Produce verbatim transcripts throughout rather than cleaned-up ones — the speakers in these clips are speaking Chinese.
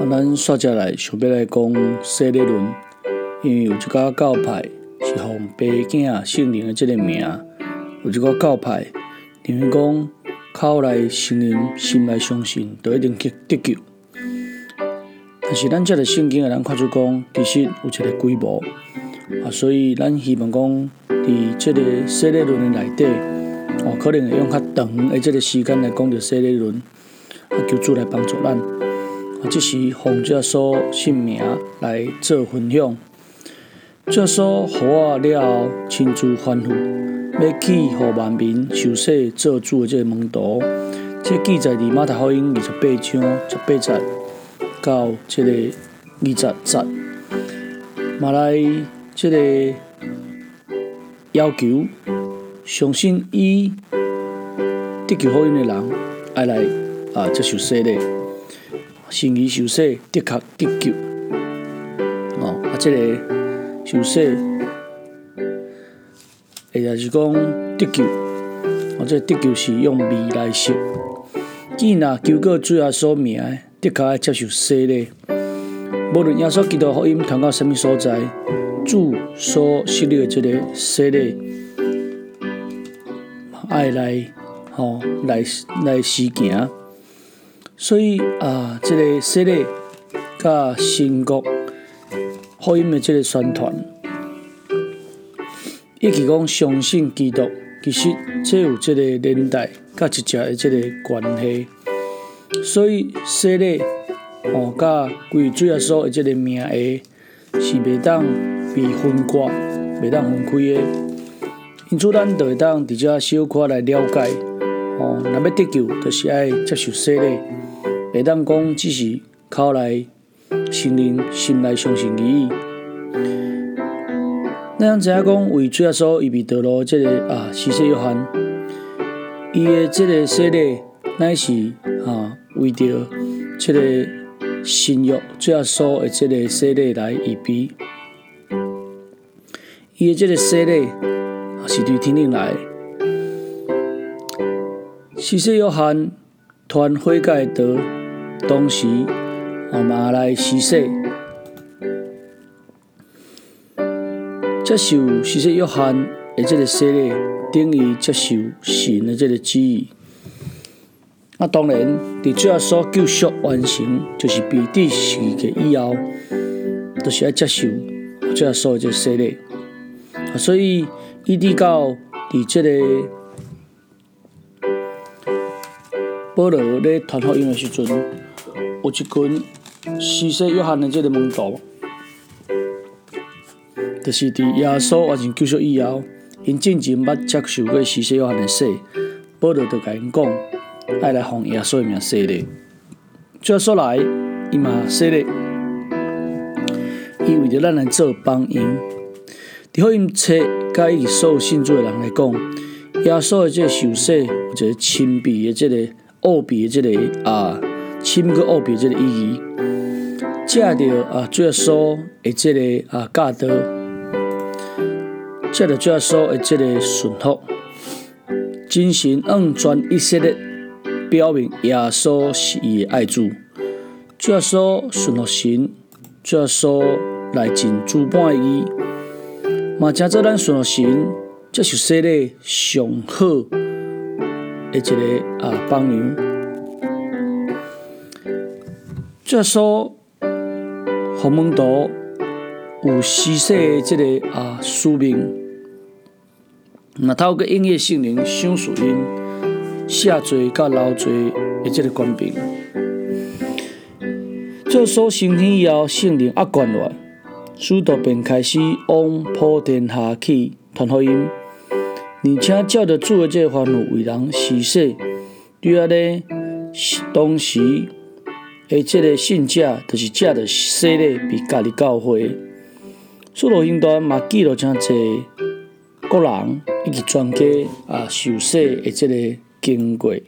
咱煞只来想要来讲洗礼论，因为有一个教派是奉爸囝圣灵的这个名，有一个教派认为讲口内承认心内相信，就一定得得救。但是咱这个圣经的人看出讲，其实有一个规模啊，所以咱希望讲，伫这个洗礼论的内底，哦，可能会用较长的这个时间来讲到洗礼论，啊，求主来帮助咱。啊，这是奉这所信名来做分享。这所予我了后，亲自吩咐，要去予万民受洗做主的这个门徒。这记载伫马太福音二十八章十八节到这个二十节，嘛来这个要求，相信伊得救福音的人，爱来啊接受洗礼。信伊受洗，的确得救。哦，啊，这个受洗，也就是讲得救。哦，这得救是用味来说。既然求过主耶稣名，的确要接受洗礼。无论耶稣基督福音传到什么所在，主所设立的这个洗礼，爱来，吼、哦，来来实行。所以啊，这个洗礼甲神国福音的这个宣传，以及讲相信基督，其实这有这个年代甲直接的这个关系。所以洗礼哦，甲归主耶稣的这个名下是袂当被分割、袂当分开的。因此，咱就会当伫遮小可来了解哦，若要得救，就是爱接受洗礼。袂当讲只是口内承认，心内相信而已。咱知影讲，为主耶稣预备道路，这个啊，施洗约翰，伊的这个洗礼乃是啊，为着这个新约主耶稣的这个洗礼来预备。伊的这个洗礼是对天灵来的。施洗约翰传悔改的道。当时，我嘛来施洗，接受施洗约翰的这个洗礼，等于接受神的这个旨意。啊，当然，伫主耶稣救赎完成，就是被第四个以后，就是要接受主耶稣的这个洗礼。啊，所以一直到伫这个保罗咧传福音的时阵。有一群施洗约翰的这个门徒，就是伫耶稣完成救赎以后，因进前捌接受过施洗约翰的洗，保罗就甲因讲，爱来奉耶稣的名洗礼。主耶稣来，伊嘛洗礼，伊为着咱来做榜样。伫福音册甲伊所有信主的人来讲，耶稣的这个受洗有一个亲密的这个奥秘的这个啊。深个奥秘这个意义，借着啊主耶稣的这个啊教导，借着主耶稣的这个顺服，真神用全以色列表明耶稣是伊的爱子。主耶稣顺服神，主耶稣来尽主般的义，嘛正做咱顺服神接受洗礼上好的一个啊榜样。主耶稣互门徒有施洗的这个啊使命，那透过应验圣灵赏赐因赦罪甲流罪的这个权柄。主耶稣升天以后，圣灵压悬落，使徒便开始往普天下去传福音，而且照着主的这个吩咐为人施洗。对啊咧，当时。诶，这个信者就是借着洗礼被加入教会。使徒行传嘛记录真侪国人以及专家啊受洗的这个经过。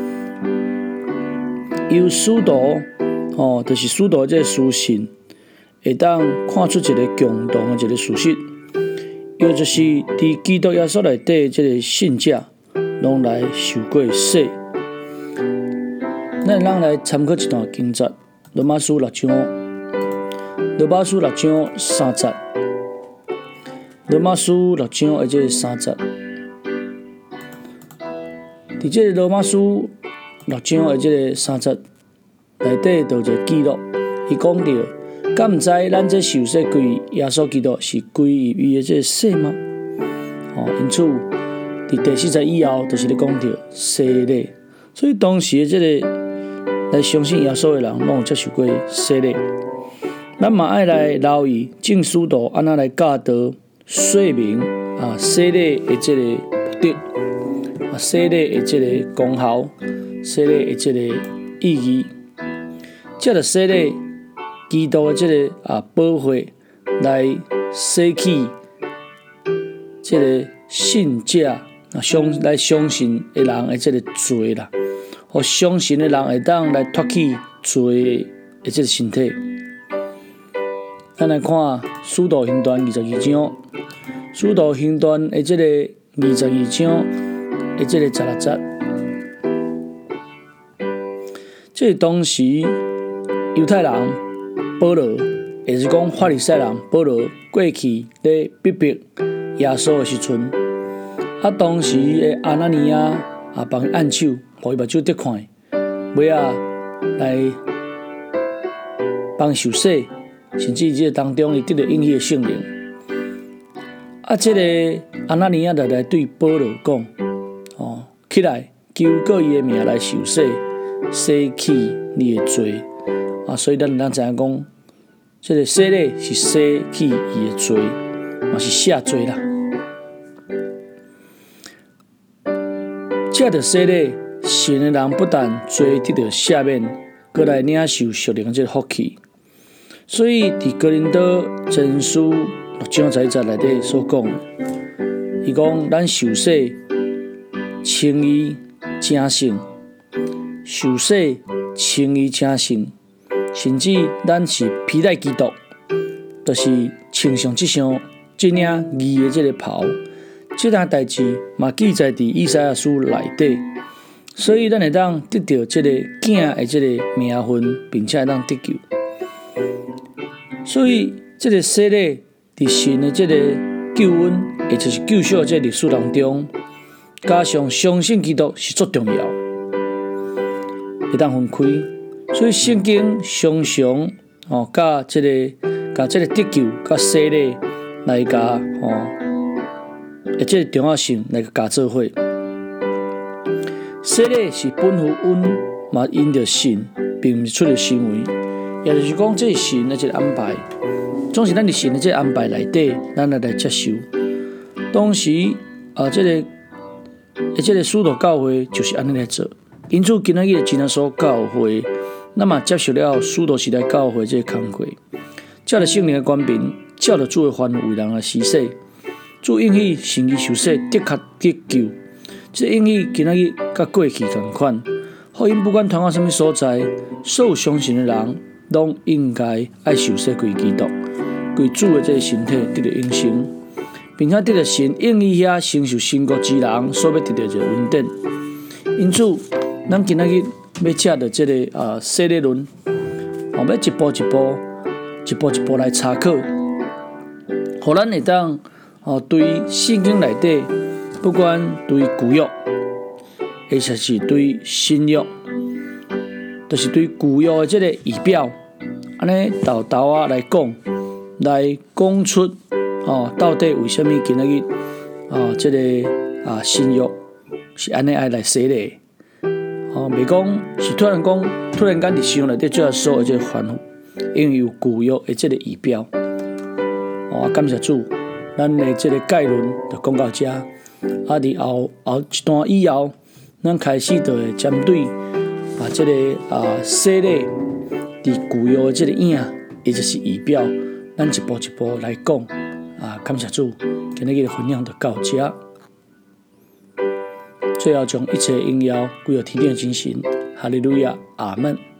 由使徒哦，就是使徒这个书信，会当看出一个共同的一个事实，也就是伫基督耶稣内底这个信者，拢来受过洗。咱让来参考一段经节， 罗马书六章，罗马书六章三节，罗马书六章的这个三节，伫这个罗马书六章的这个三节内底，就有一个记录，伊讲到，敢毋知咱这受洗归耶稣基督是归于伊的这个洗吗？哦，因此伫第四节以后，就是咧讲到洗礼，所以当时的这个来相信耶稣的人，拢有接受过洗礼。咱嘛爱来留意正使徒安怎来教导说明啊洗礼的这个目的，啊洗礼的这个功效，洗礼的这个意义。借着洗礼，基督的这个啊保会来洗去这个信者啊相来相信的人的这个罪啦，互相信的人会当来脱去罪的这个身体。咱来看《使徒行传》二十二章，《使徒行传》的这个二十二章的这个十六节，这是当时犹太人保罗，也是讲法利赛人保罗过去咧逼迫耶稣的时阵，啊，当时的阿拿尼亚啊帮伊按手，互伊目睭得看，尾啊来帮受洗。甚至这当中，伊得到应许的圣灵。啊，这个阿拿尼亚就来对保罗讲：“哦，起来，求过伊的名来受洗，洗去你的罪。”啊，所以咱咱知影讲，这个洗礼是洗去伊的罪，嘛是赦罪啦。借着洗礼，信的人不但罪得到赦免，搁来领受属灵的这个福气。所以，伫哥林多前书六章十一节内底所讲，伊讲咱受洗称义正圣，受洗称义正圣，甚至咱是披戴基督，就是穿上这双这领义的这个袍，这件代志嘛记载伫以赛亚书内底，所以咱会当得到这个囝的这个名分，并且会当得救。所以，这个洗礼伫神的这个救恩，也就是救赎的这个历史当中，加上相信基督是最重要，会当分开。所以圣经常常哦，甲这个、甲这个得救、甲洗礼来甲哦，而这个重要性来甲做伙。洗礼是本乎恩，嘛因着信，并毋是出于行为。也就是讲，这是神的一个安排，总是咱伫神的这个安排内底，咱来来接受。当时啊，这个、这个使徒教会就是安尼来做。因此，今仔日的真耶稣教会，咱嘛接受了使徒时代教会这个工课，照着圣灵的权柄，照着主的吩咐为人来施洗。主应许信伊受洗，的确得救。这应许今仔日甲过去同款，福音不管传到什么所在，所有相信的人。拢应该爱受洗归基督，归主的这个身体得到永生，并且得到神应许遐承受神国之人所要得到一个恩典。因此，咱今仔日要借着这个啊洗礼论，哦，要一步一步、一步一步来查考，互咱会当哦对圣经内底，不管对旧约，或者是对新约，就是对旧约的这个仪表。安尼豆豆啊来讲，来讲出哦，到底为什么今仔日啊，这个啊新约是安尼爱来洗礼？哦，袂讲是突然讲，突然间伫新约内底最后所有这个吩咐，因为有旧约的这个仪表。哦，感谢主，咱的这个概论就讲到这。啊，伫后后一段以后，咱开始就会针对啊这个啊洗礼。伫旧约的这个影，也就是仪表，咱一步一步来讲。啊，感谢主，今日的分享就到这。最后将一切荣耀归于天顶的真神，哈利路亚，阿门。